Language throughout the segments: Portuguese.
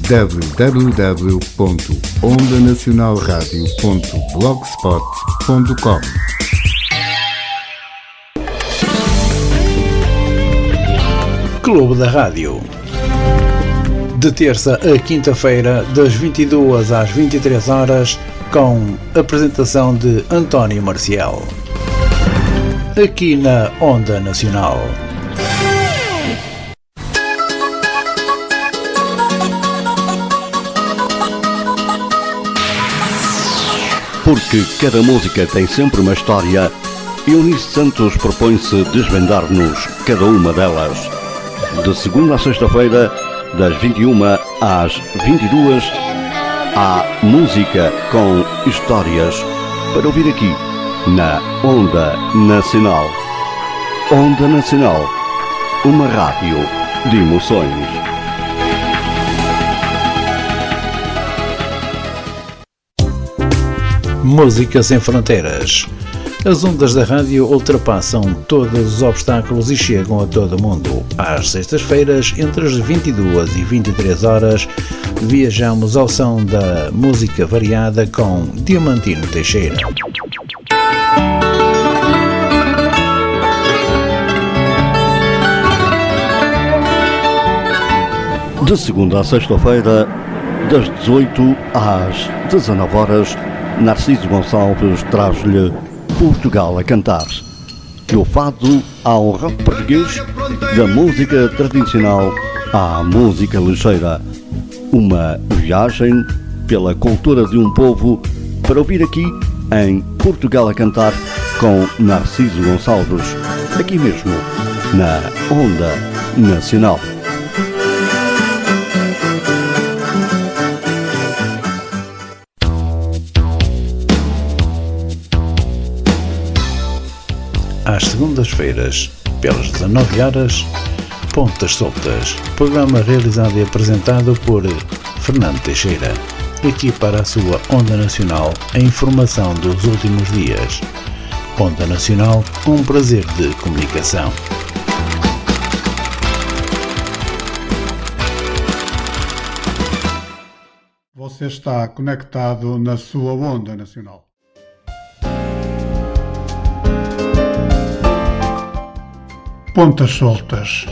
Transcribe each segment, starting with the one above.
www.ondanacionalradio.blogspot.com. Clube da Rádio. De terça a quinta-feira, das 22 às 23 horas, com apresentação de António Marcial. Aqui na Onda Nacional. Porque cada música tem sempre uma história, Eunice Santos propõe-se desvendar-nos cada uma delas. De segunda a sexta-feira, das 21 às 22, há música com histórias para ouvir aqui na Onda Nacional. Onda Nacional, uma rádio de emoções. Música sem fronteiras. As ondas da rádio ultrapassam todos os obstáculos e chegam a todo o mundo. Às sextas-feiras, entre as 22 e 23 horas, viajamos ao som da música variada com Diamantino Teixeira. De segunda a sexta-feira, das 18 às 19 horas, Narciso Gonçalves traz-lhe Portugal a cantar. Do fado ao rock português, da música tradicional à música ligeira. Uma viagem pela cultura de um povo para ouvir aqui em Portugal a cantar com Narciso Gonçalves, aqui mesmo na Onda Nacional. Às segundas-feiras, pelas 19 horas, Pontas Soltas, programa realizado e apresentado por Fernando Teixeira. Aqui para a sua Onda Nacional, a informação dos últimos dias. Onda Nacional, um prazer de comunicação. Você está conectado na sua Onda Nacional. Pontas Soltas.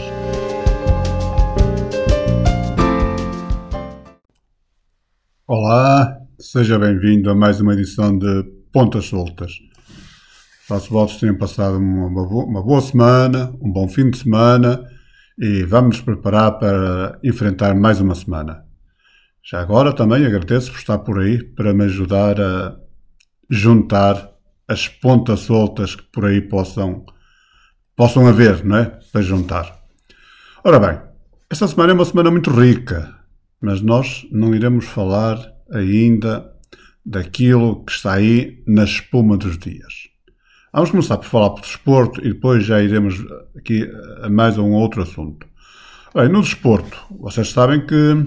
Olá, seja bem-vindo a mais uma edição de Pontas Soltas. Faço votos que tenham passado uma boa semana, um bom fim de semana e vamos nos preparar para enfrentar mais uma semana. Já agora também agradeço por estar por aí para me ajudar a juntar as pontas soltas que por aí possam haver, não é? Para juntar. Ora bem, esta semana é uma semana muito rica, mas nós não iremos falar ainda daquilo que está aí na espuma dos dias. Vamos começar por falar por desporto e depois já iremos aqui a mais um outro assunto. Bem, no desporto, vocês sabem que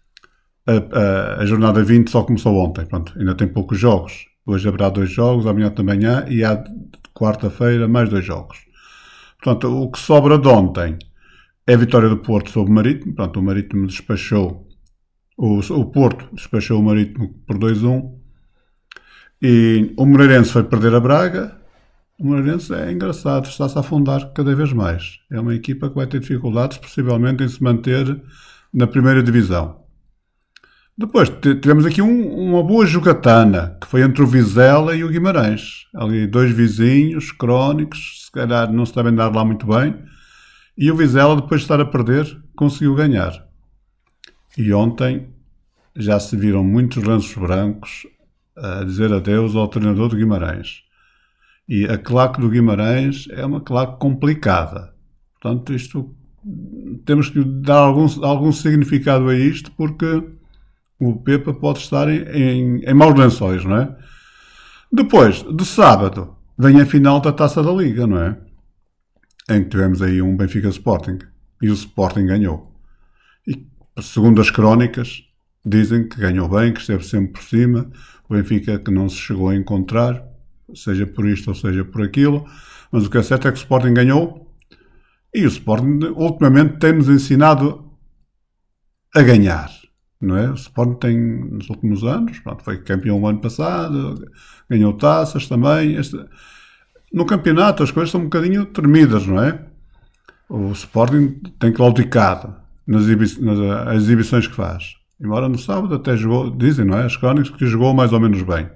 a jornada 20 só começou ontem, pronto, ainda tem poucos jogos. Hoje haverá 2 jogos, amanhã de manhã e à quarta-feira mais 2 jogos. Portanto, o que sobra de ontem é a vitória do Porto sobre o Marítimo. Portanto, o Marítimo despachou, o Porto despachou o Marítimo por 2-1. E o Moreirense foi perder a Braga. O Moreirense é engraçado, está-se a afundar cada vez mais. É uma equipa que vai ter dificuldades, possivelmente, em se manter na primeira divisão. Depois tivemos aqui uma boa jogatana, que foi entre o Vizela e o Guimarães. Ali 2 vizinhos, crónicos, se calhar não se devem dar lá muito bem. E o Vizela, depois de estar a perder, conseguiu ganhar. E ontem já se viram muitos lanços brancos a dizer adeus ao treinador do Guimarães. E a claque do Guimarães é uma claque complicada. Portanto, isto temos que dar algum significado a isto, porque o Pepa pode estar em maus lençóis, não é? Depois, de sábado, vem a final da Taça da Liga, não é? Em que tivemos aí um Benfica Sporting. E o Sporting ganhou. E, segundo as crónicas, dizem que ganhou bem, que esteve sempre por cima. O Benfica que não se chegou a encontrar, seja por isto ou seja por aquilo. Mas o que é certo é que o Sporting ganhou. E o Sporting, ultimamente, tem-nos ensinado a ganhar. não é? O Sporting tem, nos últimos anos, pronto, foi campeão o ano passado, ganhou taças também. No campeonato as coisas são um bocadinho tremidas, não é? O Sporting tem claudicado nas exibições que faz. Embora no sábado até jogou, dizem, não é? As crónicas que jogou mais ou menos bem.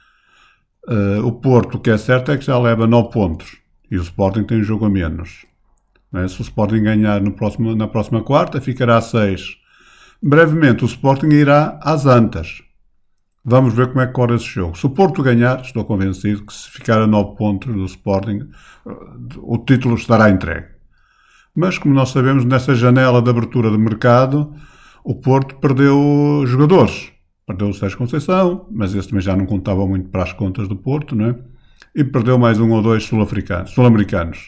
O Porto, o que é certo é que já leva 9 pontos e o Sporting tem um jogo a menos. Não é? Se o Sporting ganhar na próxima quarta, ficará a 6. Brevemente o Sporting irá às Antas. Vamos ver como é que corre esse jogo. Se o Porto ganhar, estou convencido que se ficar a 9 pontos do Sporting, o título estará entregue. Mas, como nós sabemos, nessa janela de abertura de mercado, o Porto perdeu jogadores. Perdeu o Sérgio Conceição, mas esse também já não contava muito para as contas do Porto, não é? E perdeu mais 1 ou 2 sul-americanos.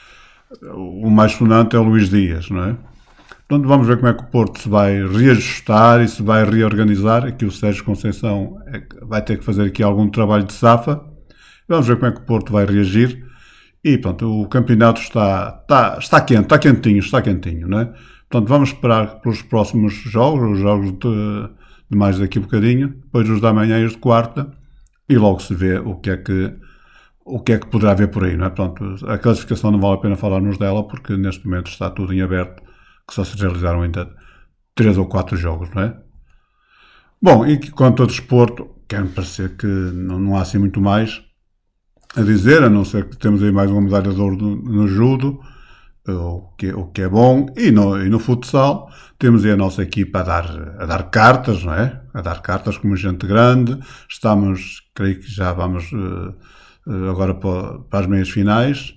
O mais sonante é o Luís Dias, não é? Portanto, vamos ver como é que o Porto se vai reajustar e se vai reorganizar. Aqui o Sérgio Conceição vai ter que fazer aqui algum trabalho de safa. Vamos ver como é que o Porto vai reagir. E pronto, o campeonato está quente, está quentinho, não é? Portanto, vamos esperar pelos próximos jogos, os jogos de mais daqui a bocadinho, depois os da manhã e os de quarta, e logo se vê o que é que poderá haver por aí, não é? Portanto, a classificação não vale a pena falarmos dela, porque neste momento está tudo em aberto, que só se realizaram ainda 3 ou 4 jogos, não é? Bom, e quanto ao desporto, quer-me parecer que não há assim muito mais a dizer, a não ser que temos aí mais uma medalha de ouro no judo, o que é bom, e no futsal temos aí a nossa equipa a dar cartas, não é? A dar cartas como gente grande. Creio que já vamos agora para as meias finais.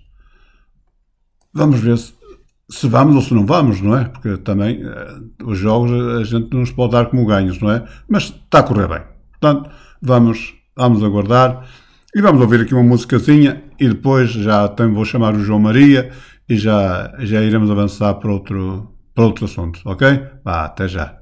Vamos ver se vamos ou se não vamos, não é? Porque também os jogos a gente não os pode dar como ganhos, não é? Mas está a correr bem. Portanto, vamos aguardar. E vamos ouvir aqui uma musicazinha e depois já também vou chamar o João Maria e já iremos avançar para outro assunto, ok? Vá, até já.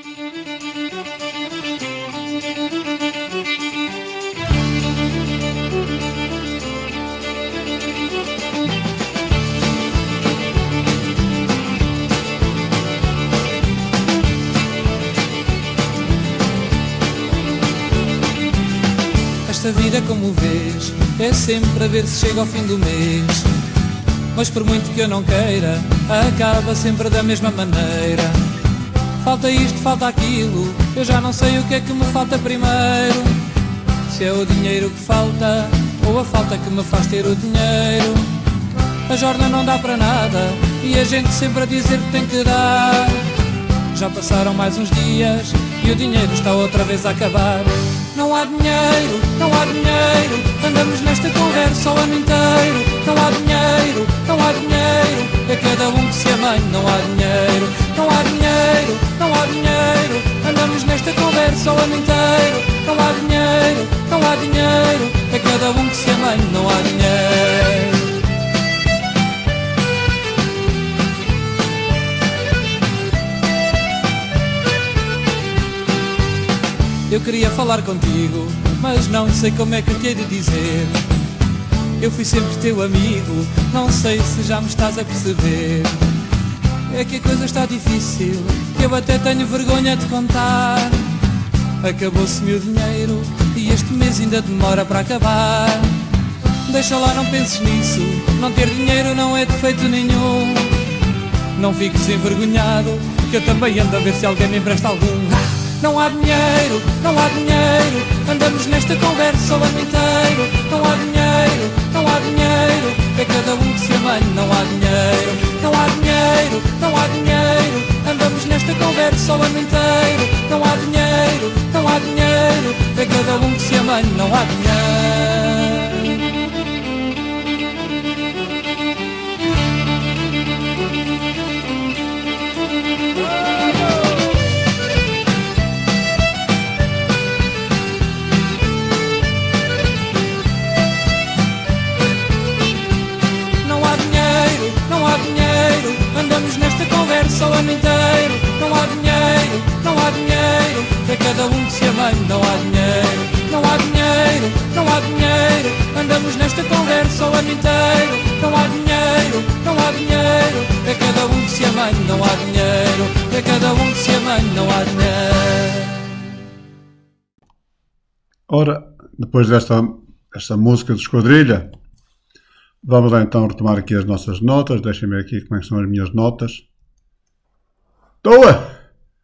Esta vida, como vês, é sempre a ver se chega ao fim do mês. Mas por muito que eu não queira, acaba sempre da mesma maneira. Falta isto, falta aquilo, eu já não sei o que é que me falta primeiro. Se é o dinheiro que falta, ou a falta que me faz ter o dinheiro. A jornada não dá para nada, e a gente sempre a dizer que tem que dar. Já passaram mais uns dias, e o dinheiro está outra vez a acabar. Não há dinheiro, não há dinheiro, andamos nesta conversa o ano inteiro. Não há dinheiro, não há dinheiro, é cada um que se amanhe. Não há dinheiro, não há dinheiro, não há dinheiro, andamos nesta conversa o ano inteiro. Não há dinheiro, não há dinheiro, é cada um que se amanhe. Não há dinheiro. Eu queria falar contigo, mas não sei como é que te hei de dizer. Eu fui sempre teu amigo, não sei se já me estás a perceber. É que a coisa está difícil, eu até tenho vergonha de contar. Acabou-se-me o dinheiro e este mês ainda demora para acabar. Deixa lá, não penses nisso, não ter dinheiro não é defeito nenhum. Não fiques envergonhado, que eu também ando a ver se alguém me empresta algum. Não há dinheiro, não há dinheiro, andamos nesta conversa o ano inteiro. Não há dinheiro, não há dinheiro, é cada um que se amanhe. Não há dinheiro, não há dinheiro, não há dinheiro, andamos nesta conversa o ano inteiro. Não há dinheiro, não há dinheiro, é cada um que se amanhe. Não há dinheiro. Andamos nesta conversa o ano inteiro. Não há dinheiro, não há dinheiro, é cada um que se amanhe. Não há dinheiro, não há dinheiro, não há dinheiro, andamos nesta conversa o ano inteiro. Não há dinheiro, não há dinheiro, é cada um que se amanhe. Não há dinheiro, é cada um que se amanhe. Não há dinheiro. Ora, depois desta música de esquadrilha, vamos lá então retomar aqui as nossas notas. Deixem-me ver aqui como é que são as minhas notas. Toa!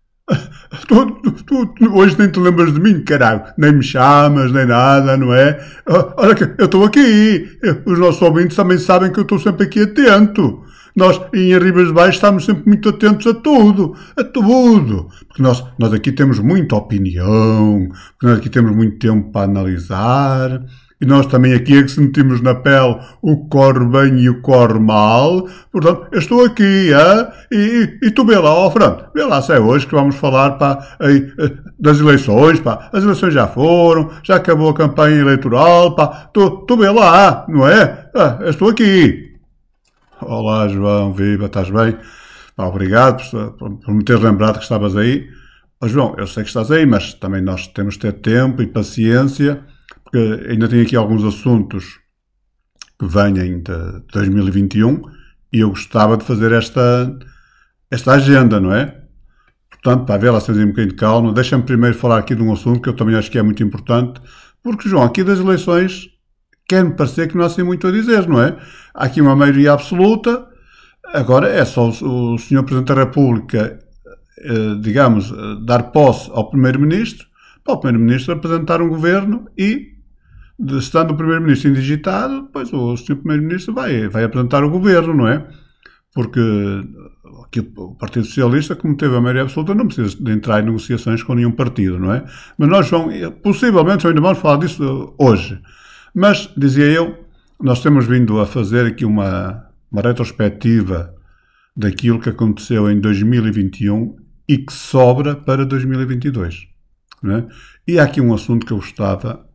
Tu hoje nem te lembras de mim, caralho. Nem me chamas, nem nada, não é? Olha que eu estou aqui. Os nossos ouvintes também sabem que eu estou sempre aqui atento. Nós, em Arribas de Baixo, estamos sempre muito atentos a tudo. A tudo. Porque nós aqui temos muita opinião. Porque nós aqui temos muito tempo para analisar. E nós também aqui é que sentimos na pele o que corre bem e o que corre mal. Portanto, eu estou aqui, e tu vê lá, Fernando, vê lá se é hoje que vamos falar das eleições, as eleições já foram, já acabou a campanha eleitoral, tu vê lá, não é? Eu estou aqui. Olá, João, viva, estás bem? Obrigado por me teres lembrado que estavas aí. João, eu sei que estás aí, mas também nós temos de ter tempo e paciência, porque ainda tenho aqui alguns assuntos que vêm de 2021 e eu gostava de fazer esta agenda, não é? Portanto, para ver lá, se um bocadinho de calma, deixa-me primeiro falar aqui de um assunto que eu também acho que é muito importante, porque, João, aqui das eleições quer-me parecer que não há assim muito a dizer, não é? Há aqui uma maioria absoluta, agora é só o Sr. Presidente da República, digamos, dar posse ao Primeiro-Ministro, para o Primeiro-Ministro apresentar um governo e, estando o Primeiro-Ministro indigitado, depois o Sr. Primeiro-Ministro vai apresentar o governo, não é? Porque aqui o Partido Socialista, como teve a maioria absoluta, não precisa de entrar em negociações com nenhum partido, não é? Mas nós possivelmente ainda vamos falar disso hoje. Mas, dizia eu, nós temos vindo a fazer aqui uma retrospectiva daquilo que aconteceu em 2021 e que sobra para 2022. Não é? E há aqui um assunto que eu gostava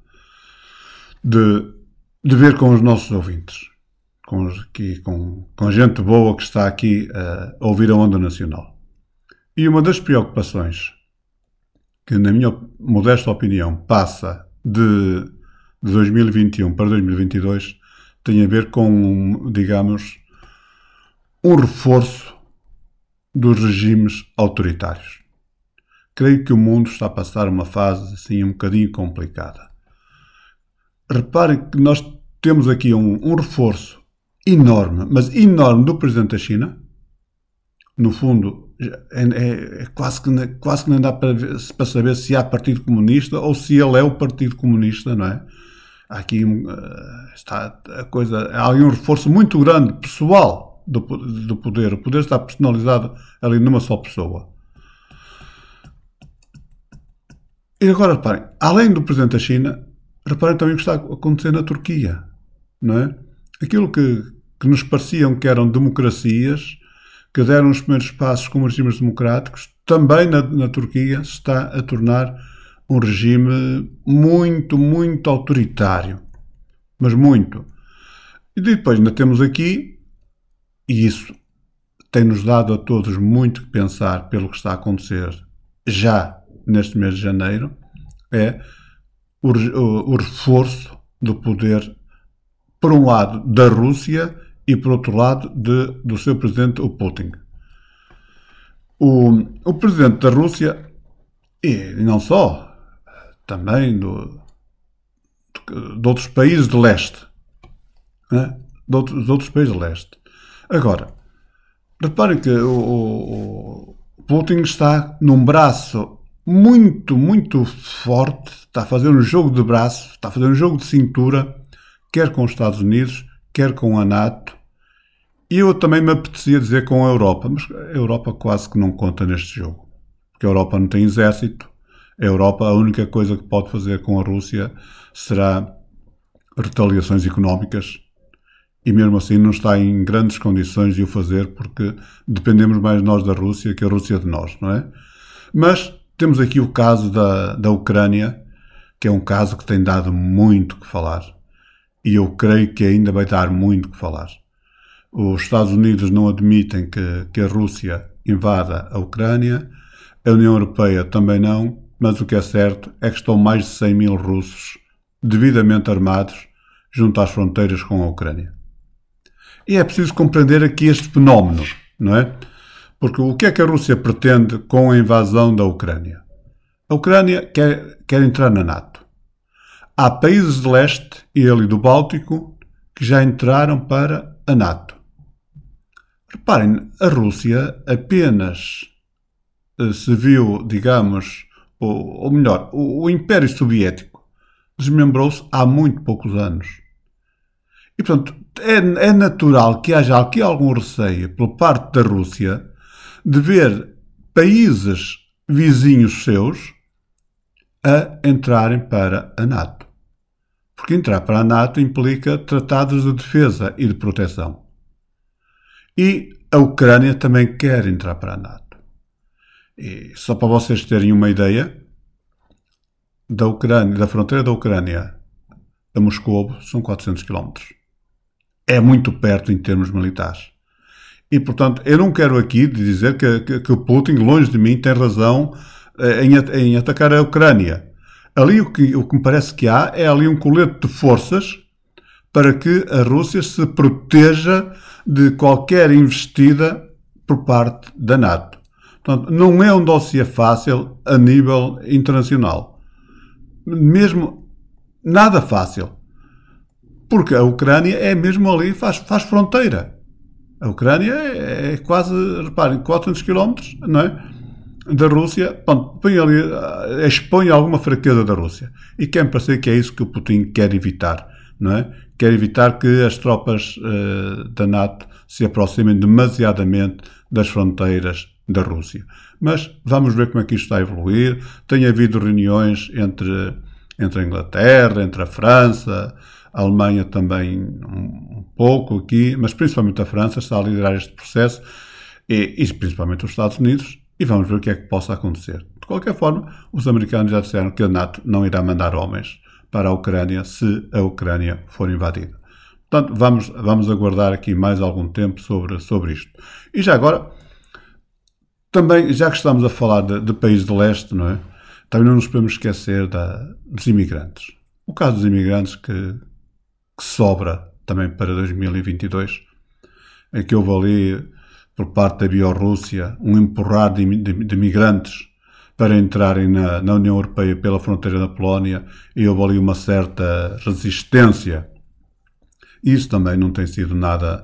de ver com os nossos ouvintes, com gente boa que está aqui a ouvir a Onda Nacional. E uma das preocupações que, na minha modesta opinião, passa de 2021 para 2022 tem a ver com, digamos, um reforço dos regimes autoritários. Creio que o mundo está a passar uma fase assim um bocadinho complicada. Reparem que nós temos aqui um reforço enorme, mas enorme, do Presidente da China. No fundo, quase que não dá para saber se há Partido Comunista ou se ele é o Partido Comunista, não é? Há aqui está a coisa, há ali um reforço muito grande, pessoal, do poder. O poder está personalizado ali numa só pessoa. E agora, reparem, além do Presidente da China, reparem também o que está a acontecer na Turquia, não é? Aquilo que nos pareciam que eram democracias, que deram os primeiros passos como regimes democráticos, também na Turquia se está a tornar um regime muito, muito autoritário. Mas muito. E depois ainda temos aqui, e isso tem-nos dado a todos muito que pensar pelo que está a acontecer já neste mês de janeiro, é o reforço do poder, por um lado, da Rússia e, por outro lado, do seu presidente, o Putin. O presidente da Rússia, e não só, também de outros países de leste. Né? De outros países de leste. Agora, reparem que o Putin está num braço muito, muito forte, está a fazer um jogo de braço, está a fazer um jogo de cintura, quer com os Estados Unidos, quer com a NATO, e eu também me apetecia dizer com a Europa, mas a Europa quase que não conta neste jogo, porque a Europa não tem exército. A Europa, a única coisa que pode fazer com a Rússia será retaliações económicas, e mesmo assim não está em grandes condições de o fazer, porque dependemos mais nós da Rússia que a Rússia de nós, não é? Mas temos aqui o caso da Ucrânia, que é um caso que tem dado muito que falar, e eu creio que ainda vai dar muito que falar. Os Estados Unidos não admitem que a Rússia invada a Ucrânia, a União Europeia também não, mas o que é certo é que estão mais de 100 mil russos devidamente armados junto às fronteiras com a Ucrânia. E é preciso compreender aqui este fenómeno, não é? Porque o que é que a Rússia pretende com a invasão da Ucrânia? A Ucrânia quer entrar na NATO. há países de leste e ali do Báltico que já entraram para a NATO. Reparem, a Rússia apenas se viu, digamos, ou melhor, o Império Soviético desmembrou-se há muito poucos anos. E, portanto, é natural que haja aqui algum receio por parte da Rússia de ver países vizinhos seus a entrarem para a NATO. Porque entrar para a NATO implica tratados de defesa e de proteção. E a Ucrânia também quer entrar para a NATO. E só para vocês terem uma ideia, da fronteira da Ucrânia a Moscou são 400 km. É muito perto em termos militares. E, portanto, eu não quero aqui dizer que o Putin, longe de mim, tem razão em atacar a Ucrânia. Ali o que me parece que há é ali um colete de forças para que a Rússia se proteja de qualquer investida por parte da NATO. Portanto, não é um dossiê fácil a nível internacional. Mesmo nada fácil. Porque a Ucrânia é mesmo ali, faz fronteira. A Ucrânia é quase, reparem, 400 km, não é? Da Rússia. Pronto, expõe alguma fraqueza da Rússia. E quer me parecer que é isso que o Putin quer evitar, não é? Quer evitar que as tropas da NATO se aproximem demasiadamente das fronteiras da Rússia. Mas vamos ver como é que isto está a evoluir. Tem havido reuniões entre a Inglaterra, entre a França, a Alemanha também um pouco aqui, mas principalmente a França está a liderar este processo e principalmente os Estados Unidos, e vamos ver o que é que possa acontecer. De qualquer forma, os americanos já disseram que a NATO não irá mandar homens para a Ucrânia se a Ucrânia for invadida. Portanto, vamos aguardar aqui mais algum tempo sobre isto. E já agora, também, já que estamos a falar de países de leste, não é? Também não nos podemos esquecer dos imigrantes. O caso dos imigrantes que sobra também para 2022, é que houve ali, por parte da Bielorrússia, um empurrar de imigrantes para entrarem na União Europeia pela fronteira da Polónia, e houve ali uma certa resistência. Isso também não tem sido nada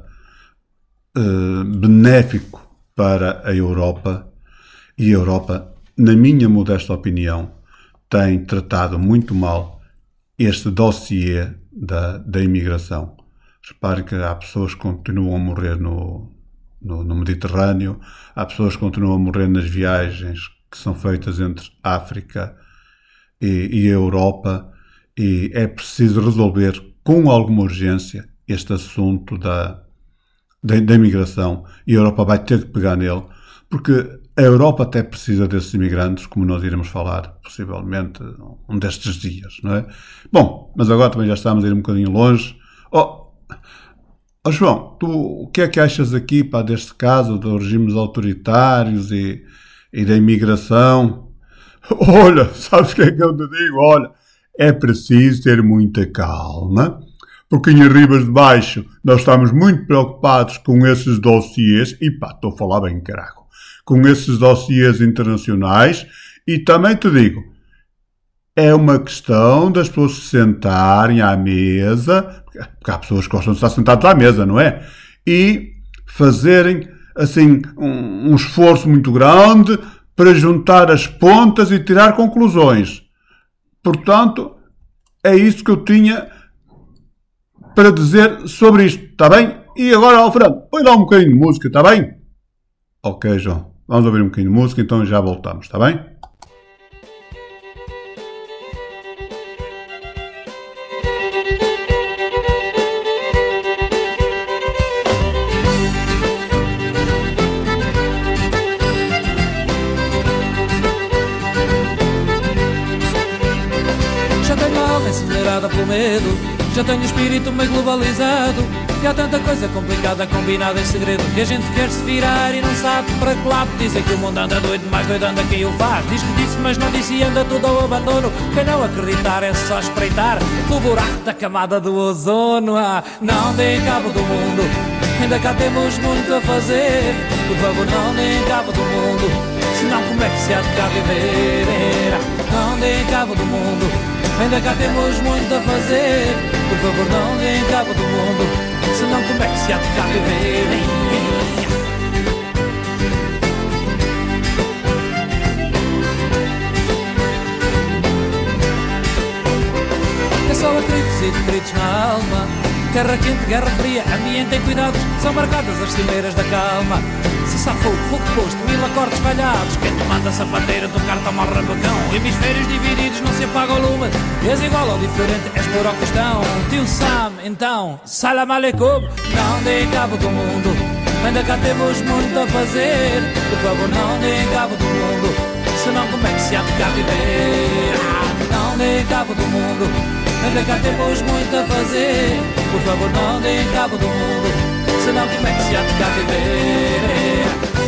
benéfico para a Europa, e a Europa, na minha modesta opinião, tem tratado muito mal este dossiê da imigração. Reparem que há pessoas que continuam a morrer no Mediterrâneo, há pessoas que continuam a morrer nas viagens que são feitas entre a África e a Europa, e é preciso resolver com alguma urgência este assunto da imigração, e a Europa vai ter que pegar nele, porque a Europa até precisa desses imigrantes, como nós iremos falar, possivelmente, um destes dias, não é? Bom, mas agora também já estamos a ir um bocadinho longe. João, tu o que é que achas aqui, deste caso, dos regimes autoritários e da imigração? Olha, sabes o que é que eu te digo? Olha, é preciso ter muita calma, porque em Ribas de Baixo nós estamos muito preocupados com esses dossiês, e estou a falar bem caraco, com esses dossiês internacionais, e também te digo, é uma questão das pessoas se sentarem à mesa, porque há pessoas que gostam de estar sentadas à mesa, não é? E fazerem, assim, um esforço muito grande para juntar as pontas e tirar conclusões. Portanto, é isso que eu tinha para dizer sobre isto, está bem? E agora, Alfredo, põe lá um bocadinho de música, está bem? Ok, João. Vamos ouvir um bocadinho de música, então já voltamos, está bem? Já tenho a alma acelerada pelo medo, já tenho o espírito meio globalizado, e há tanta coisa complicada combinada em segredo, que a gente quer se virar e não sabe para que lado. Dizem que o mundo anda doido, mais doido anda quem o faz. Diz que disse, mas não disse, e anda tudo ao abandono. Quem não acreditar é só espreitar o buraco da camada do ozono. Não deem cabo do mundo, ainda cá temos muito a fazer. Por favor, não deem cabo do mundo, senão como é que se há de cá viver? Não deem cabo do mundo, Ainda cá temos muito a fazer. Por favor, não deem cabo do mundo, senão como é que se há de cá viver? É só atritos e detritos na alma. Guerra quente, guerra fria, ambiente em cuidados, são marcadas as cimeiras da calma. Se safou, fogo posto, 1000 acordes falhados. Quem te manda sapateiro tocar toma o rabacão. Hemisférios divididos, não se apaga o lume. És igual ou diferente, és por ao questão. Tio Sam, então, salam aleikum. Não deem cabo do mundo, ainda cá temos muito a fazer. Por favor, não deem cabo do mundo, senão como é que se há de cá viver? Não deem cabo do mundo, ainda cá temos muito a fazer. Por favor, não deem cabo do mundo, senão como é que se há de cá viver?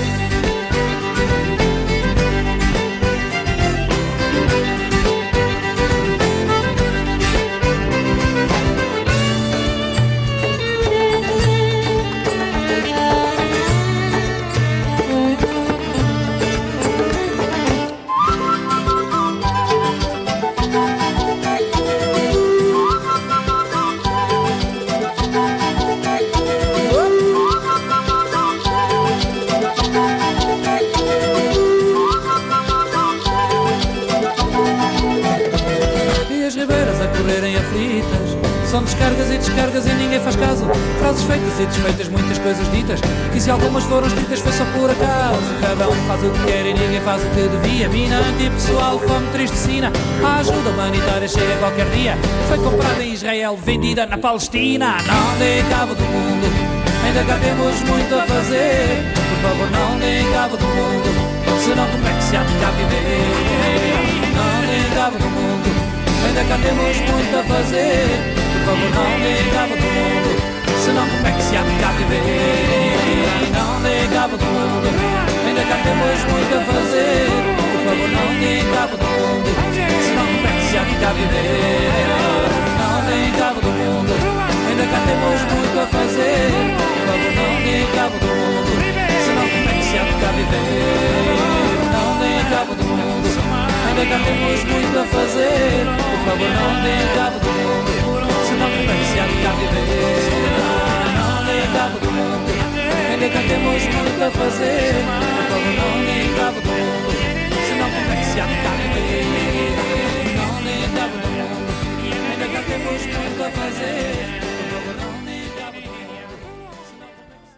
São descargas e descargas e ninguém faz caso. Frases feitas e desfeitas, muitas coisas ditas, que se algumas foram escritas foi só por acaso. Cada um faz o que quer e ninguém faz o que devia. Mina, antipessoal, fome, tristecina. A ajuda humanitária chega qualquer dia. Foi comprada em Israel, vendida na Palestina. Não deem cabo do mundo, ainda cá temos muito a fazer. Por favor, não deem cabo do mundo, senão como é que se há de cá viver? Não deem cabo do mundo, ainda cá temos muito a fazer. Por favor, não deem cabo do mundo, senão como é que se há de cá viver? Não deem cabo do mundo, ainda cá temos muito a fazer. Por favor, não deem cabo do mundo, senão como é que se há de cá viver? Não deem cabo do mundo, ainda cá temos muito a fazer. Por favor, não deem cabo do mundo, senão como é que se há de cá viver? Não deem cabo do mundo, ainda cá temos muito a fazer. Por favor, não deem cabo do mundo, senão como é que se há de cá viver? Não deem cabo do mundo, ainda cá temos muito a fazer. Por favor, não deem cabo do mundo, senão como é que se há de cá viver? Não deem cabo do mundo, ainda cá temos muito a fazer. Por favor, não deem cabo do mundo, senão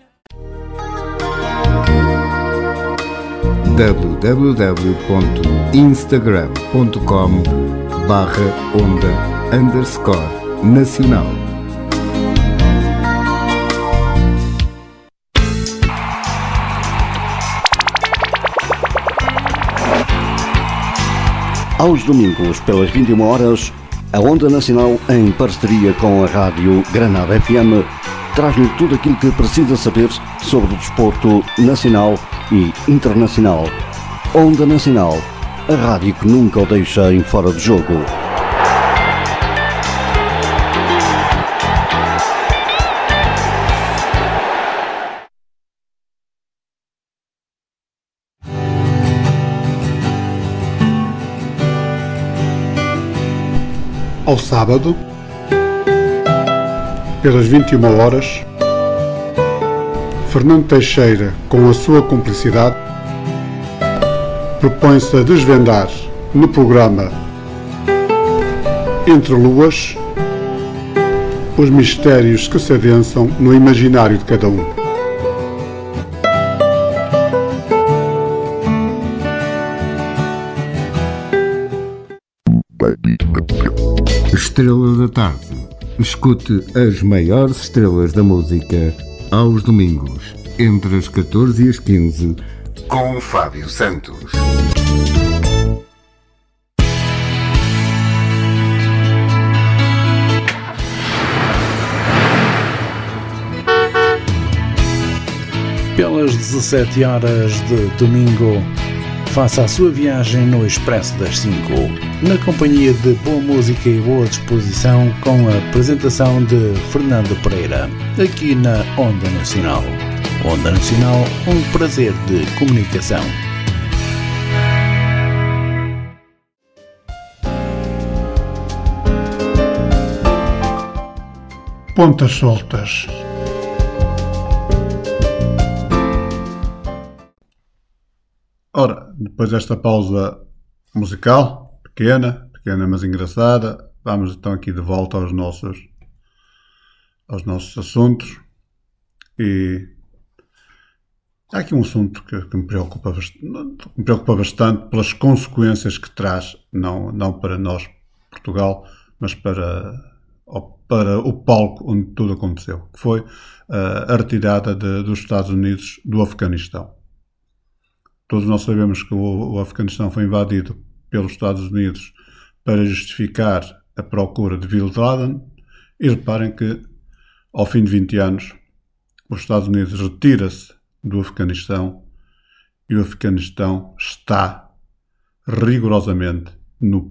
como é que se há... www.instagram.com/onda_nacional. Aos domingos, pelas 21 horas, a Onda Nacional, em parceria com a Rádio Granada FM, traz-lhe tudo aquilo que precisa saber sobre o desporto nacional e internacional. Onda Nacional, a rádio que nunca o deixa em fora de jogo. Ao sábado, pelas 21 horas, Fernando Teixeira, com a sua cumplicidade, propõe-se a desvendar no programa Entre Luas os mistérios que se adensam no imaginário de cada um. Estrela da Tarde. Escute as maiores estrelas da música aos domingos, entre as 14 e as 15, com Fábio Santos. Pelas 17 horas de domingo, faça a sua viagem no Expresso das 5, na companhia de boa música e boa disposição, com a apresentação de Fernando Pereira, aqui na Onda Nacional. Onda Nacional, um prazer de comunicação. pontas soltas. Ora, depois desta pausa musical, pequena mas engraçada, vamos então aqui de volta aos nossos assuntos. E há aqui um assunto que me preocupa bastante pelas consequências que traz, não para nós, Portugal, mas para o palco onde tudo aconteceu, que foi a retirada dos Estados Unidos do Afeganistão. Todos nós sabemos que o Afeganistão foi invadido pelos Estados Unidos para justificar a procura de Bin Laden, e reparem que, ao fim de 20 anos, os Estados Unidos retira-se do Afeganistão e o Afeganistão está rigorosamente no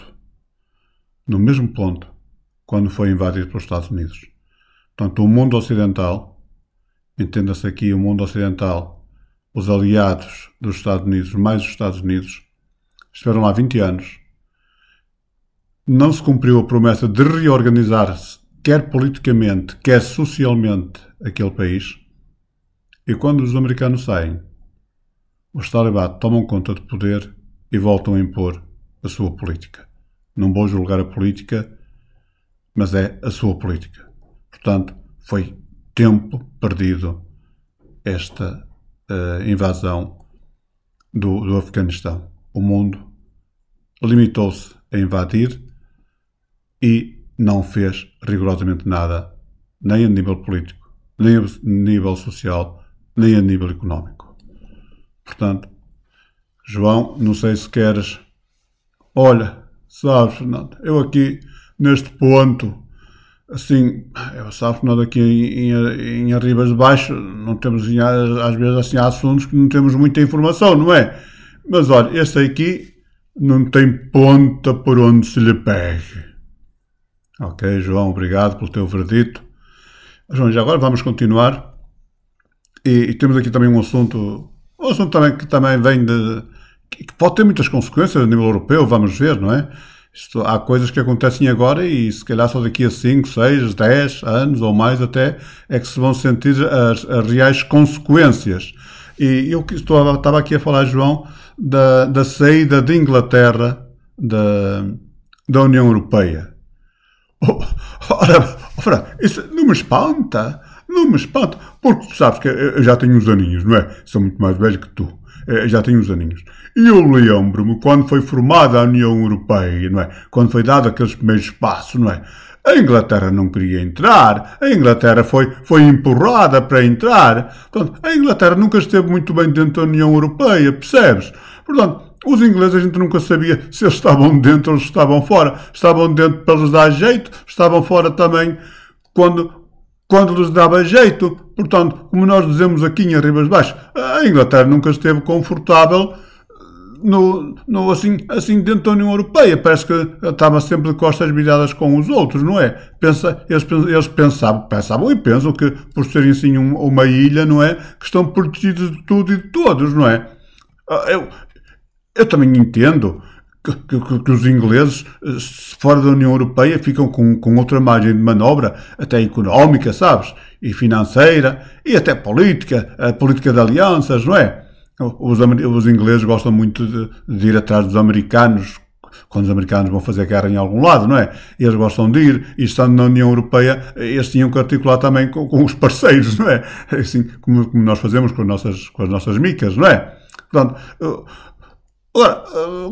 mesmo ponto, quando foi invadido pelos Estados Unidos. Portanto, o mundo ocidental, entenda-se aqui o mundo ocidental, os aliados dos Estados Unidos, mais os Estados Unidos, estiveram lá 20 anos. Não se cumpriu a promessa de reorganizar-se, quer politicamente, quer socialmente, aquele país. E quando os americanos saem, os talibãs tomam conta de poder e voltam a impor a sua política. Não vou julgar a política, mas é a sua política. Portanto, foi tempo perdido esta invasão do Afeganistão. O mundo limitou-se a invadir e não fez rigorosamente nada, nem a nível político, nem a nível social, nem a nível económico. Portanto, João, não sei se queres... Olha, sabes, Fernando, eu aqui, neste ponto, assim, sabes que nós aqui em Arribas de Baixo não temos, às vezes, assim, há assuntos que não temos muita informação, não é? Mas, olha, este aqui não tem ponta por onde se lhe pegue. Ok, João, obrigado pelo teu verdito. João, já agora vamos continuar. E temos aqui também um assunto também que também vem que pode ter muitas consequências a nível europeu, vamos ver, não é? Há coisas que acontecem agora e se calhar só daqui a 5, 6, 10 anos ou mais até é que se vão sentir as reais consequências. E eu estava aqui a falar, João, da saída de Inglaterra da União Europeia. Ora, isso não me espanta, porque tu sabes que eu já tenho uns aninhos, não é? Sou muito mais velho que tu, eu já tenho uns aninhos. E eu lembro-me quando foi formada a União Europeia, não é? Quando foi dado aqueles primeiros passos, não é? A Inglaterra não queria entrar, a Inglaterra foi empurrada para entrar. Portanto, a Inglaterra nunca esteve muito bem dentro da União Europeia, percebes? Portanto, os ingleses a gente nunca sabia se eles estavam dentro ou se estavam fora. Estavam dentro para lhes dar jeito, estavam fora também quando lhes dava jeito. Portanto, como nós dizemos aqui em Arribas de Baixo, a Inglaterra nunca esteve confortável assim dentro da União Europeia. Parece que estava sempre de costas viradas com os outros, não é? Eles pensavam e pensam que por serem assim uma ilha, não é? Que estão protegidos de tudo e de todos, não é? Eu também entendo que os ingleses, fora da União Europeia, ficam com outra margem de manobra, até económica, sabes? E financeira, e até política, a política de alianças, não é? Os ingleses gostam muito de ir atrás dos americanos, quando os americanos vão fazer guerra em algum lado, não é? Eles gostam de ir, e estando na União Europeia, eles tinham que articular também com os parceiros, não é? Assim como nós fazemos com as nossas micas, não é? Portanto, ora,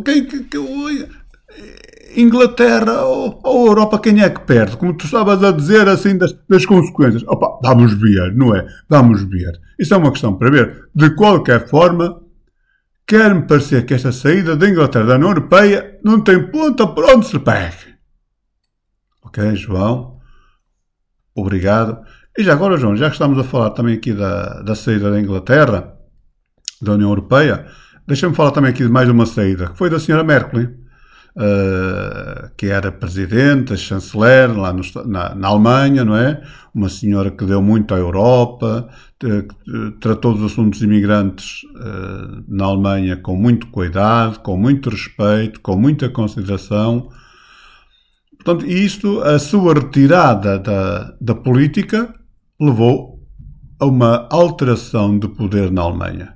Inglaterra ou Europa, quem é que perde? Como tu estavas a dizer, assim, das consequências. Opa, vamos ver, não é? Vamos ver. Isso é uma questão para ver. De qualquer forma, quer-me parecer que esta saída da Inglaterra da União Europeia não tem ponta por onde se pegue. Ok, João? Obrigado. E já agora, João, já que estamos a falar também aqui da saída da Inglaterra da União Europeia, deixa-me falar também aqui de mais uma saída, que foi da senhora Merkel, que era presidente, chanceler lá na Alemanha, não é? Uma senhora que deu muito à Europa, que tratou dos assuntos imigrantes na Alemanha com muito cuidado, com muito respeito, com muita consideração. Portanto, isto, a sua retirada da política, levou a uma alteração de poder na Alemanha.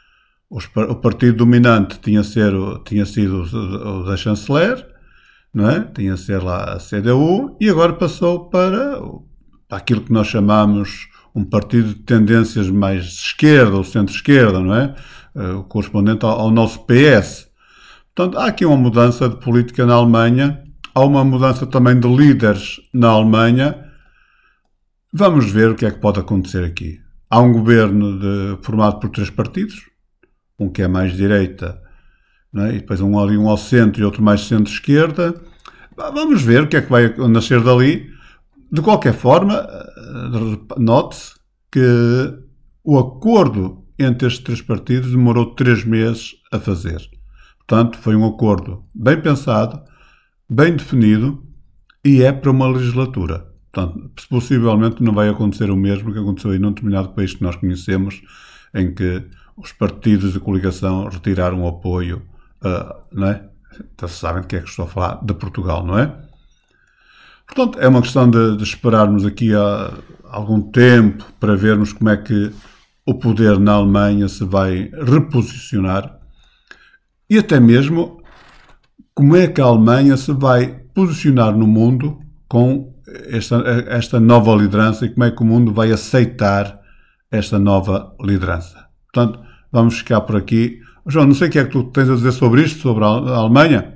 O partido dominante tinha sido o da chanceler, não é? Tinha sido lá a CDU, e agora passou para aquilo que nós chamamos um partido de tendências mais de esquerda, ou centro-esquerda, não é? Correspondente ao nosso PS. Portanto, há aqui uma mudança de política na Alemanha, há uma mudança também de líderes na Alemanha. Vamos ver o que é que pode acontecer aqui. Há um governo formado por 3 partidos, um que é mais direita, não é? E depois um ali, um ao centro e outro mais centro-esquerda. Vamos ver o que é que vai nascer dali. De qualquer forma, note-se que o acordo entre estes 3 partidos demorou 3 meses a fazer. Portanto, foi um acordo bem pensado, bem definido, e é para uma legislatura. Portanto, possivelmente não vai acontecer o mesmo que aconteceu em um determinado país que nós conhecemos, em que os partidos de coligação retiraram o apoio, não é? Então, sabem de que é que estou a falar? De Portugal, não é? Portanto, é uma questão de esperarmos aqui há algum tempo para vermos como é que o poder na Alemanha se vai reposicionar e até mesmo como é que a Alemanha se vai posicionar no mundo com esta nova liderança e como é que o mundo vai aceitar esta nova liderança. Portanto, vamos ficar por aqui. João, não sei o que é que tu tens a dizer sobre isto, sobre a Alemanha.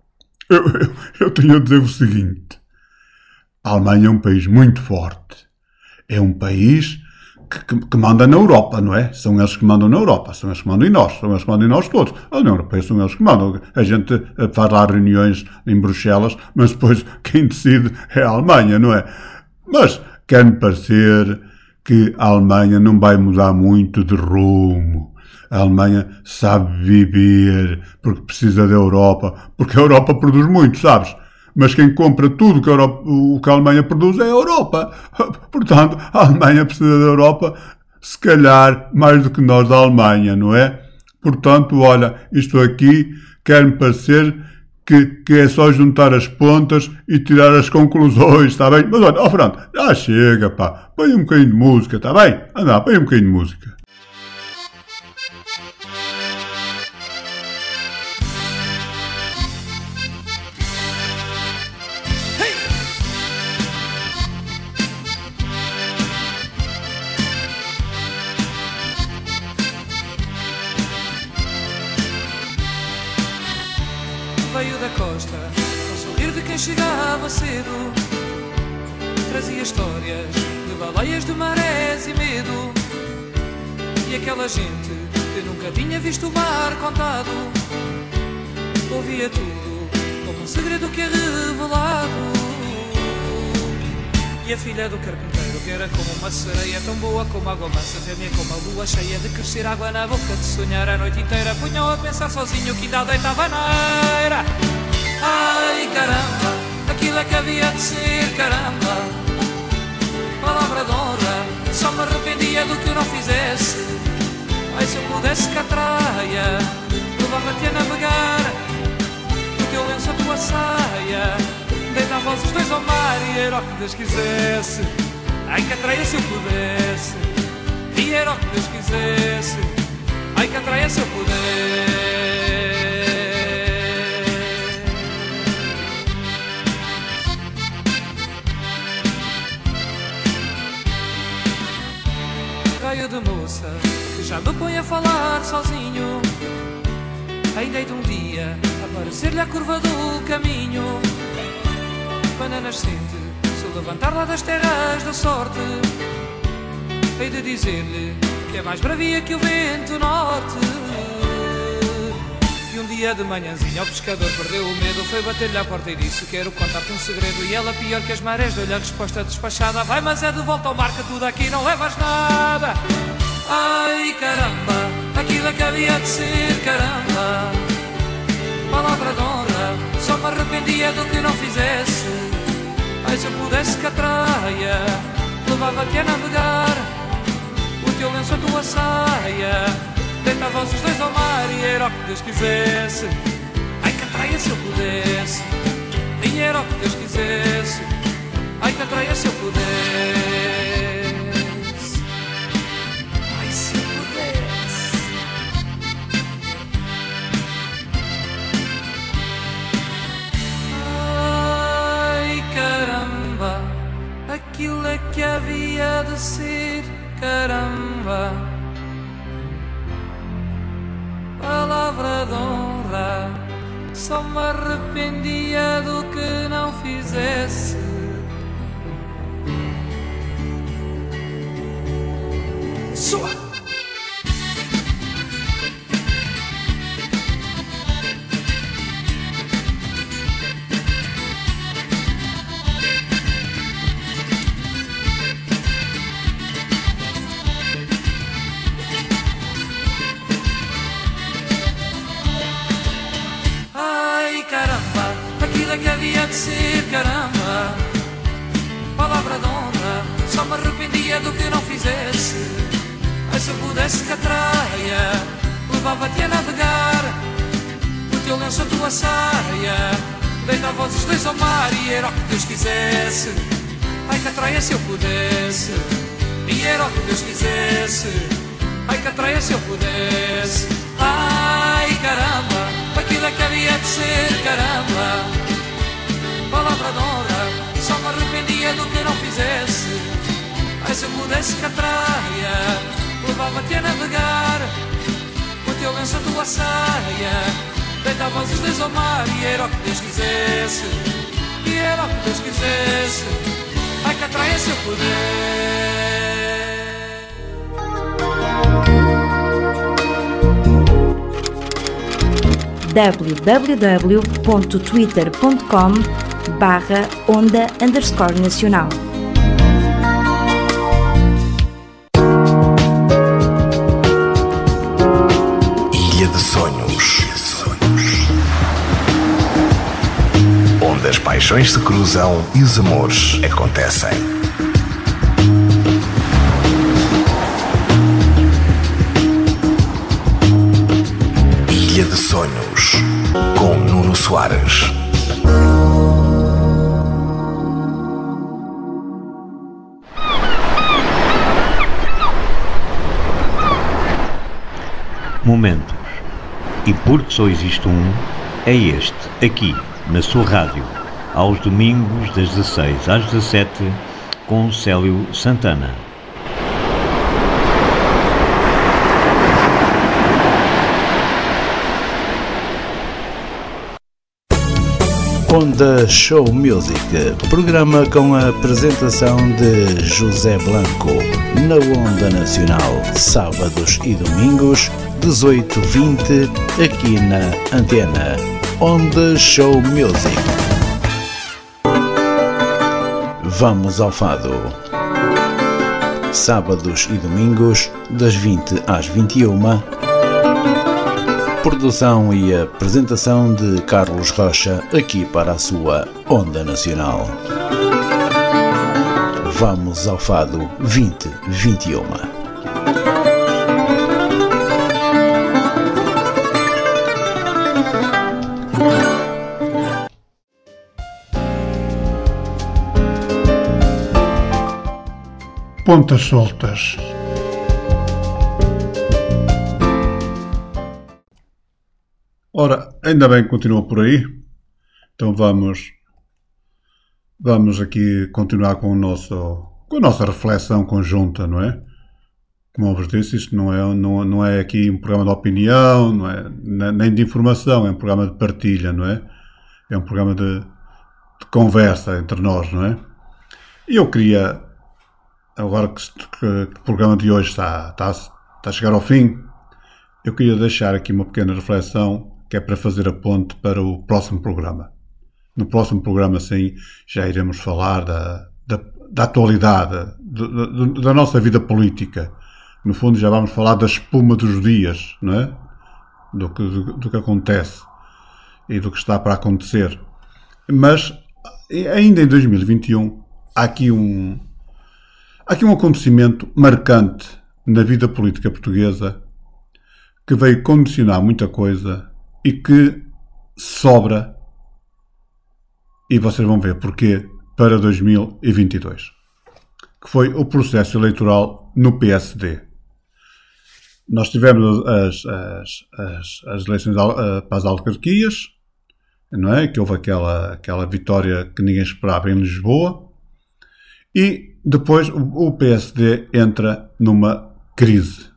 Eu tenho a dizer o seguinte. A Alemanha é um país muito forte. É um país que manda na Europa, não é? São eles que mandam na Europa, são eles que mandam em nós, são eles que mandam em nós todos. A União Europeia são eles que mandam. A gente faz lá reuniões em Bruxelas, mas depois quem decide é a Alemanha, não é? Mas quer-me parecer que a Alemanha não vai mudar muito de rumo. A Alemanha sabe viver porque precisa da Europa, porque a Europa produz muito, sabes? Mas quem compra tudo o que a Alemanha produz é a Europa. Portanto, a Alemanha precisa da Europa, se calhar, mais do que nós da Alemanha, não é? Portanto, olha, isto aqui quer-me parecer que é só juntar as pontas e tirar as conclusões, está bem? Mas olha, Fernando, já chega, pá. Põe um bocadinho de música, está bem? Anda, põe um bocadinho de música. Veio da costa, ao sorrir de quem chegava cedo, trazia histórias de baleias, de marés e medo. E aquela gente que nunca tinha visto o mar contado, ouvia tudo como um segredo que é revelado. E a filha do carpinteiro, que era como uma sereia, tão boa como água mansa, fêmea como a lua cheia, de crescer água na boca, de sonhar a noite inteira, punha-o a pensar sozinho que ainda deitava na eira. Ai caramba, aquilo é que havia de ser, caramba. Palavra de honra, só me arrependia do que eu não fizesse. Ai, se eu pudesse catraia, levava-te a navegar, o teu lenço, a tua saia, deitava-os os dois ao mar e era o que Deus quisesse. Ai, catraia, se eu pudesse, e era o que Deus quisesse. Ai, catraia, se eu pudesse. Raio de moça, que já me põe a falar sozinho. Ainda hei de um dia aparecer-lhe a curva do caminho. Quando a nascente se levantar lá das terras da sorte, hei de dizer-lhe que é mais bravia que o vento norte. E um dia de manhãzinha o pescador perdeu o medo, foi bater-lhe à porta e disse: quero contar-te um segredo. E ela, pior que as marés, deu-lhe a resposta despachada: vai, mas é de volta ao mar, que tudo aqui não levas nada. Ai caramba, aquilo é que havia de ser, caramba. Palavra de honra, só me arrependia do que não fizesse. Ai, se eu pudesse catraia, levava-te a navegar, o teu lenço, a tua saia, deitava-os os dois ao mar e era o que Deus quisesse. Ai, catraia, se eu pudesse, e era o que que Deus quisesse. Ai, que atraia se eu pudesse. Ai, se eu pudesse. Ai, caramba, aquilo é que havia de ser, caramba. Palavra de honra, só me arrependia do que não fizesse. Sua! Que havia de ser, caramba. Palavra de honra, só me arrependia do que não fizesse. Ai, se eu pudesse que a traia levava-te a navegar, o teu lenço, a tua saia, deitava os dois ao mar e era o que Deus quisesse. Ai, que a traia se eu pudesse, e era o que Deus quisesse. Ai, que a traia se eu pudesse. Ai, caramba, aquilo é que havia de ser, caramba. Palavra de honra, só me arrependia do que não fizesse. Ai, se eu pudesse que a traia levava-te a navegar, o teu lenço, a tua saia, deitava os dois ao mar e era o que Deus quisesse. E era o que Deus quisesse. Ai, que a traia se eu pudesse. www.twitter.com/onda_nacional. Ilha de Sonhos, onde as paixões se cruzam e os amores acontecem. Ilha de Sonhos, com Nuno Soares. Momentos. E porque só existe um, é este, aqui, na sua rádio, aos domingos das 16 às 17, com Célio Santana. Onda Show Music, programa com a apresentação de José Blanco, na Onda Nacional, sábados e domingos, 18h20, aqui na Antena. Onda Show Music. Vamos ao fado. Sábados e domingos, das 20 às 21. Produção e apresentação de Carlos Rocha, aqui para a sua Onda Nacional. Vamos ao fado 2021. Pontas soltas. Ora, ainda bem que continua por aí. Então vamos aqui continuar com a nossa reflexão conjunta, não é? Como eu vos disse, isto não é aqui um programa de opinião, não é nem de informação, é um programa de partilha, não é? É um programa de conversa entre nós, não é? E eu queria, agora que o programa de hoje está a chegar ao fim, eu queria deixar aqui uma pequena reflexão que é para fazer a ponte para o próximo programa. No próximo programa, sim, já iremos falar da atualidade, da nossa vida política. No fundo, já vamos falar da espuma dos dias, não é? Do que acontece e do que está para acontecer. Mas, ainda em 2021, há aqui um acontecimento marcante na vida política portuguesa que veio condicionar muita coisa e que sobra e vocês vão ver porquê, para 2022, que foi o processo eleitoral no PSD. Nós tivemos as eleições para as autarquias, não é? Que houve aquela vitória que ninguém esperava em Lisboa, e depois o PSD entra numa crise.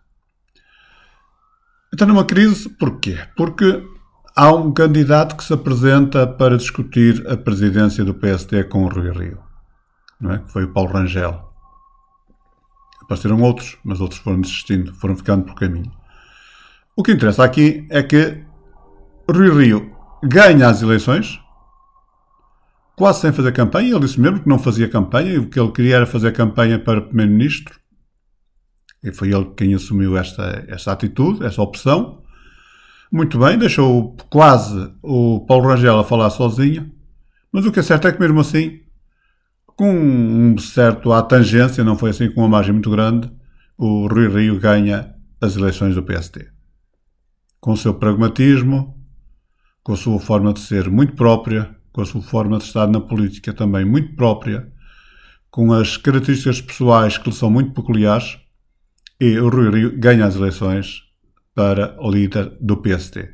Entra numa crise porquê? Porque há um candidato que se apresenta para discutir a presidência do PSD com o Rui Rio, não é? Que foi o Paulo Rangel. Apareceram outros, mas outros foram desistindo, foram ficando por caminho. O que interessa aqui é que Rui Rio ganha as eleições, quase sem fazer campanha. Ele disse mesmo que não fazia campanha e o que ele queria era fazer campanha para primeiro-ministro. E foi ele quem assumiu esta atitude, esta opção. Muito bem, deixou quase o Paulo Rangel a falar sozinho, mas o que é certo é que mesmo assim, com um certo à tangência, não foi assim com uma margem muito grande, o Rui Rio ganha as eleições do PSD. Com o seu pragmatismo, com a sua forma de ser muito própria, com a sua forma de estar na política também muito própria, com as características pessoais que lhe são muito peculiares, e o Rui Rio ganha as eleições para líder do PSD.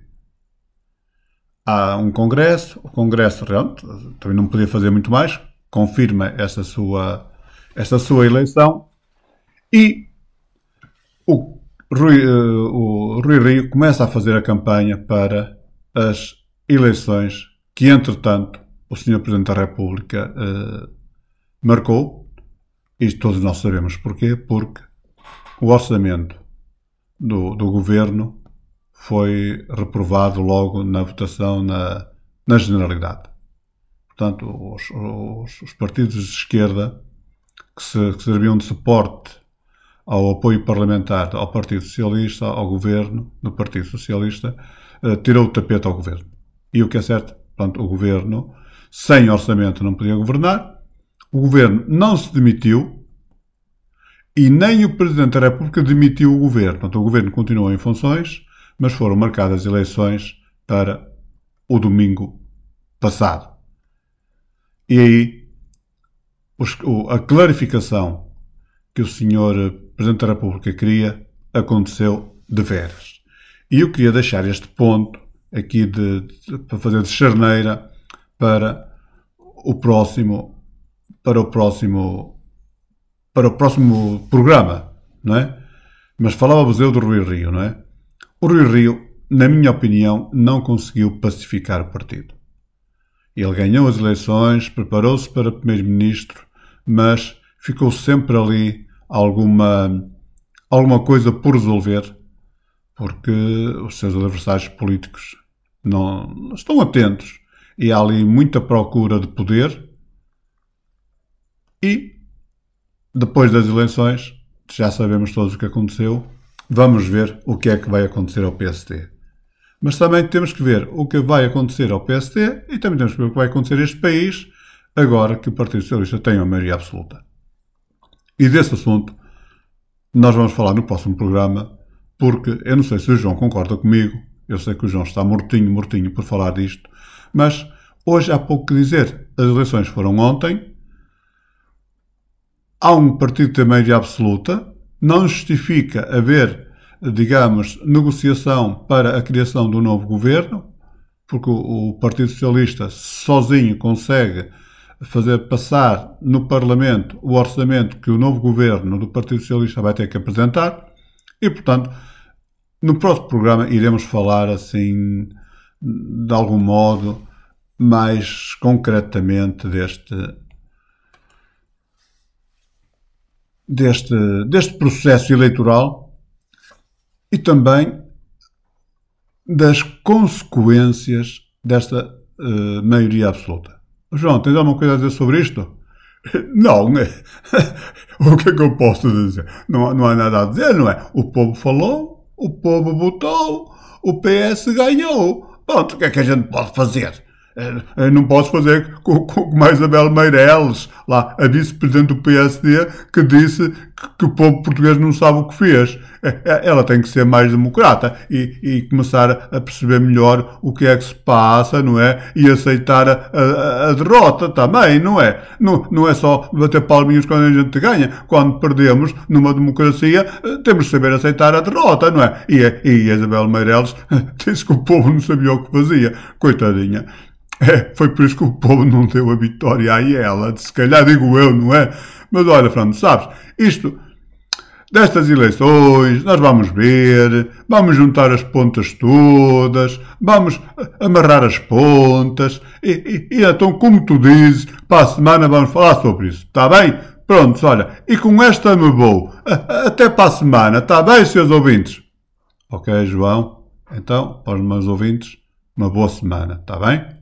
Há um congresso, o congresso realmente também não podia fazer muito mais, confirma esta sua eleição, e o Rui Rio começa a fazer a campanha para as eleições que, entretanto, o Sr. Presidente da República marcou, e todos nós sabemos porquê, porque o orçamento do governo foi reprovado logo na votação na Generalidade. Portanto, os partidos de esquerda que serviam de suporte ao apoio parlamentar ao Partido Socialista, ao governo do Partido Socialista, tirou o tapete ao governo. E o que é certo, portanto, o governo, sem orçamento, não podia governar, o governo não se demitiu e nem o Presidente da República demitiu o governo. Portanto, o governo continuou em funções, mas foram marcadas eleições para o domingo passado. E aí, a clarificação que o Sr. Presidente da República queria aconteceu de veras. E eu queria deixar este ponto aqui para fazer de charneira para o próximo programa, não é? Mas falava-vos eu do Rui Rio, não é? O Rui Rio, na minha opinião, não conseguiu pacificar o partido. Ele ganhou as eleições, preparou-se para primeiro-ministro, mas ficou sempre ali alguma coisa por resolver, porque os seus adversários políticos não estão atentos e há ali muita procura de poder. E depois das eleições, já sabemos todos o que aconteceu, vamos ver o que é que vai acontecer ao PSD. Mas também temos que ver o que vai acontecer ao PSD e também temos que ver o que vai acontecer a este país agora que o Partido Socialista tem a maioria absoluta. E desse assunto nós vamos falar no próximo programa, porque eu não sei se o João concorda comigo, eu sei que o João está mortinho por falar disto, mas hoje há pouco que dizer, as eleições foram ontem, há um partido que tem maioria absoluta, não justifica haver, digamos, negociação para a criação do novo governo, porque o Partido Socialista sozinho consegue fazer passar no Parlamento o orçamento que o novo governo do Partido Socialista vai ter que apresentar e, portanto, no próximo programa iremos falar assim, de algum modo, mais concretamente deste processo eleitoral e também das consequências desta maioria absoluta. João, tens alguma coisa a dizer sobre isto? Não. O que é que eu posso dizer? Não há nada a dizer, não é? O povo falou, o povo votou, o PS ganhou. Pronto, o que é que a gente pode fazer? Não posso fazer como a Isabel Meireles, lá, a vice-presidente do PSD, que disse que o povo português não sabe o que fez. Ela tem que ser mais democrata e começar a perceber melhor o que é que se passa, não é? E aceitar a derrota também, não é? Não é só bater palminhos quando a gente ganha. Quando perdemos numa democracia, temos de saber aceitar a derrota, não é? E a Isabel Meireles disse que o povo não sabia o que fazia. Coitadinha. Foi por isso que o povo não deu a vitória a ela. Se calhar digo eu, não é? Mas olha, Fernando, sabes, isto, destas eleições, nós vamos ver, vamos juntar as pontas todas, vamos amarrar as pontas, e então, como tu dizes, para a semana vamos falar sobre isso, está bem? Pronto, olha, e com esta me vou, até para a semana, está bem, seus ouvintes? Ok, João, então, para os meus ouvintes, uma boa semana, está bem?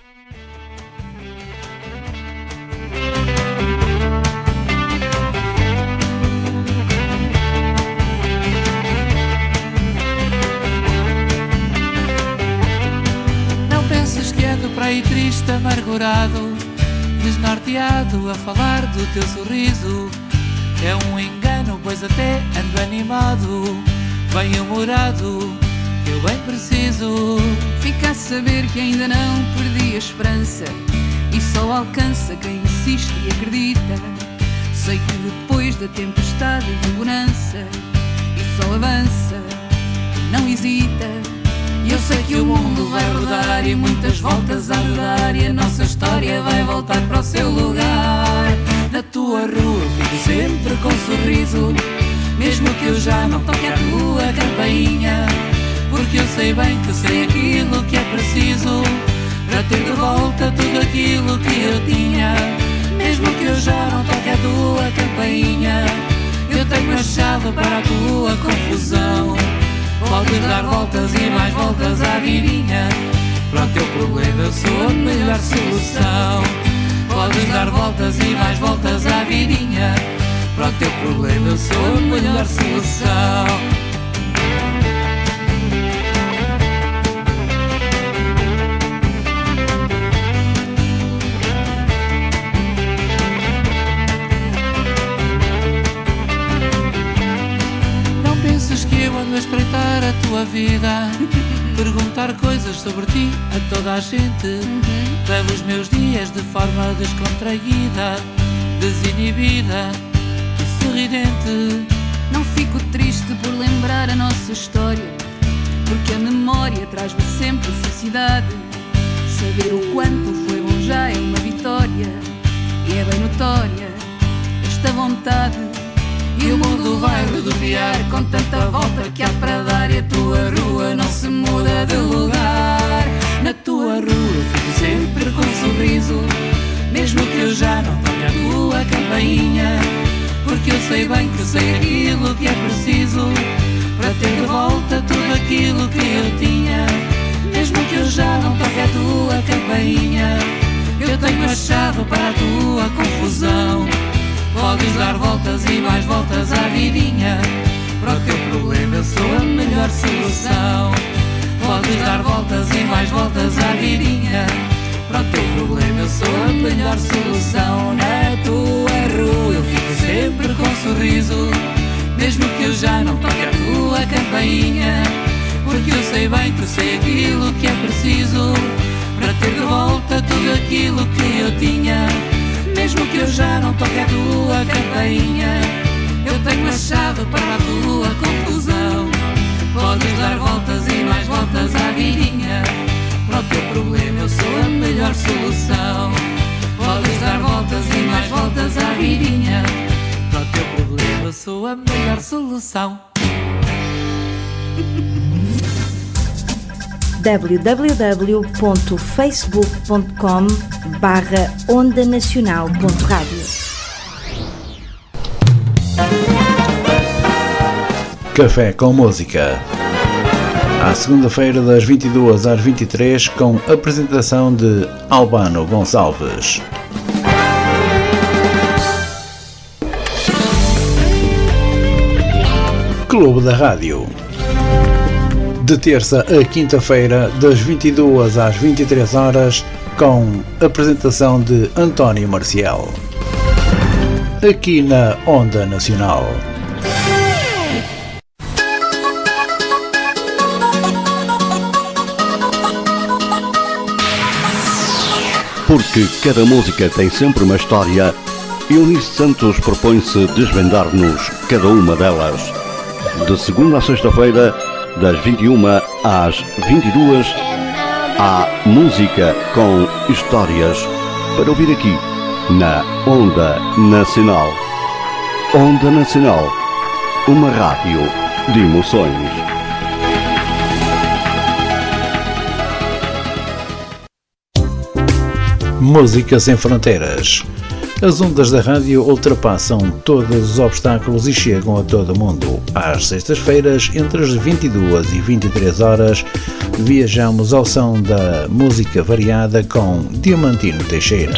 Para aí triste, amargurado, desnorteado, a falar do teu sorriso. É um engano, pois até ando animado, bem-humorado, eu bem preciso. Fica a saber que ainda não perdi a esperança, e só alcança quem insiste e acredita. Sei que depois da tempestade vem bonança, e só avança, não hesita. E eu sei que o mundo vai rodar e muitas voltas a dar, e a nossa história vai voltar para o seu lugar. Na tua rua fico sempre com sorriso, mesmo que eu já não toque a tua campainha, porque eu sei bem que sei aquilo que é preciso para ter de volta tudo aquilo que eu tinha. Mesmo que eu já não toque a tua campainha, eu tenho a chave para a tua confusão. Podes dar voltas e mais voltas à vidinha, para o teu problema eu sou a melhor solução. Podes dar voltas e mais voltas à vidinha, para o teu problema eu sou a melhor solução. A espreitar a tua vida, perguntar coisas sobre ti a toda a gente. Levo os meus dias de forma descontraída, desinibida e sorridente. Não fico triste por lembrar a nossa história, porque a memória traz-me sempre felicidade. Saber o quanto foi bom já é uma vitória, e é bem notória esta vontade. E o mundo vai rodopiar com tanta volta que há para dar, e a tua rua não se muda de lugar. Na tua rua fico sempre com um sorriso, mesmo que eu já não toque a tua campainha, porque eu sei bem que sei aquilo que é preciso para ter de volta tudo aquilo que eu tinha. Mesmo que eu já não toque a tua campainha, eu tenho a chave para a tua confusão. Podes dar voltas e mais voltas à vidinha, para o teu problema eu sou a melhor solução. Podes dar voltas e mais voltas à vidinha, para o teu problema eu sou a melhor solução. Na tua rua eu fico sempre com um sorriso, mesmo que eu já não toque a tua campainha, porque eu sei bem que sei aquilo que é preciso para ter de volta tudo aquilo que eu tinha. Mesmo que eu já não toque a tua campainha, eu tenho a chave para a tua confusão. Podes dar voltas e mais voltas à vidinha, para o teu problema eu sou a melhor solução. Podes dar voltas e mais voltas à vidinha, para o teu problema eu sou a melhor solução. www.facebook.com/ondanacional.radio. Café com Música. À segunda-feira das 22 às 23 com apresentação de Albano Gonçalves. Clube da Rádio. De terça a quinta-feira, das 22 às 23 horas, com apresentação de António Marcial. Aqui na Onda Nacional. Porque cada música tem sempre uma história, Eunice Santos propõe-se desvendar-nos cada uma delas. De segunda a sexta-feira, das 21 às 22, há música com histórias para ouvir aqui na Onda Nacional. Onda Nacional, uma rádio de emoções. Música sem fronteiras. As ondas da rádio ultrapassam todos os obstáculos e chegam a todo mundo. Às sextas-feiras, entre as 22 e 23 horas, viajamos ao som da música variada com Diamantino Teixeira.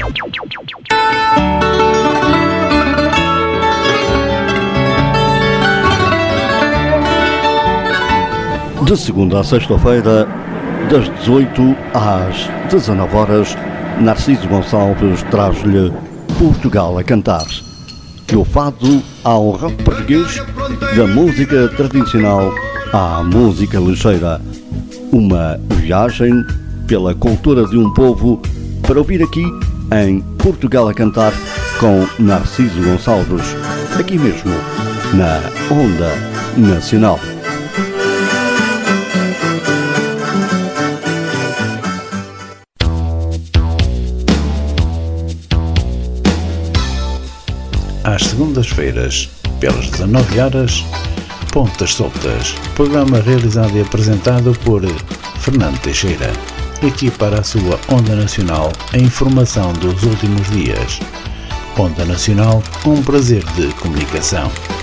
De segunda a sexta-feira, das 18 às 19 horas, Narciso Gonçalves traz-lhe Portugal a cantar. Do fado ao rock português, da música tradicional à música ligeira. Uma viagem pela cultura de um povo para ouvir aqui em Portugal a cantar com Narciso Gonçalves, aqui mesmo na Onda Nacional. Às segundas-feiras, pelas 19 horas, Pontas Soltas, programa realizado e apresentado por Fernando Teixeira. Aqui para a sua Onda Nacional, a informação dos últimos dias. Onda Nacional, um prazer de comunicação.